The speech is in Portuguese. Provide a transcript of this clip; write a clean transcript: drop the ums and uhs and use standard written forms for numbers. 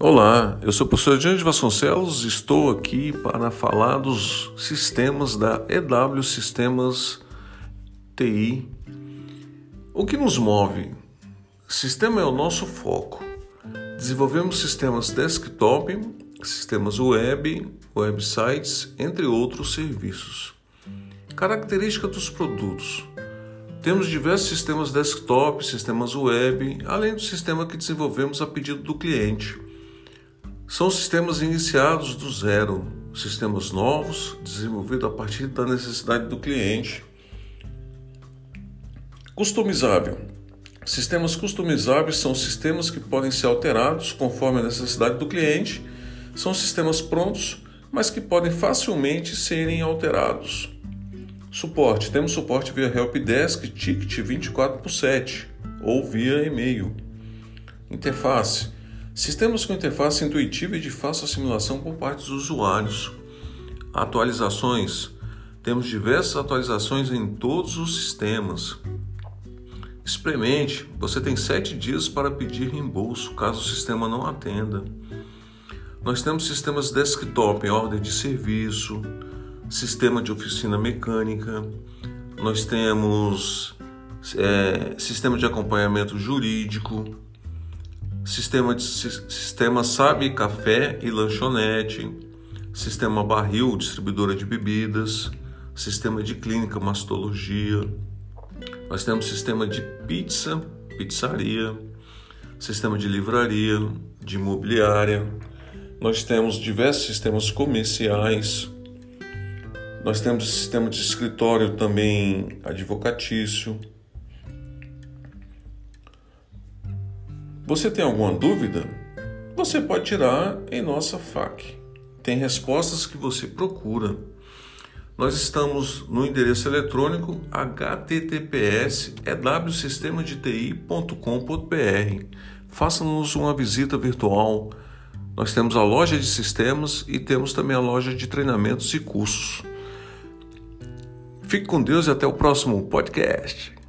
Olá, eu sou o professor Diante de Vasconcelos e estou aqui para falar dos sistemas da EW Sistemas TI. O que nos move? Sistema é o nosso foco. Desenvolvemos sistemas desktop, sistemas web, websites, entre outros serviços. Característica dos produtos. Temos diversos sistemas desktop, sistemas web, além do sistema que desenvolvemos a pedido do cliente. São sistemas iniciados do zero, sistemas novos, desenvolvidos a partir da necessidade do cliente. Customizável. Sistemas customizáveis são sistemas que podem ser alterados conforme a necessidade do cliente. São sistemas prontos, mas que podem facilmente serem alterados. Suporte. Temos suporte via helpdesk, ticket 24/7 ou via e-mail. Interface. Sistemas com interface intuitiva e de fácil assimilação por parte dos usuários. Atualizações. Temos diversas atualizações em todos os sistemas. Experimente. Você tem 7 dias para pedir reembolso, caso o sistema não atenda. Nós temos sistemas desktop em ordem de serviço, sistema de oficina mecânica. Nós temos sistema de acompanhamento jurídico. Sistema Sabe Café e Lanchonete, sistema Barril, distribuidora de bebidas, sistema de clínica, mastologia. Nós temos sistema de pizza, pizzaria, sistema de livraria, de imobiliária. Nós temos diversos sistemas comerciais. Nós temos sistema de escritório também advocatício. Você tem alguma dúvida? Você pode tirar em nossa FAQ. Tem respostas que você procura. Nós estamos no endereço eletrônico https://ewsistemadeti.com.br. Faça-nos uma visita virtual. Nós temos a loja de sistemas e temos também a loja de treinamentos e cursos. Fique com Deus e até o próximo podcast.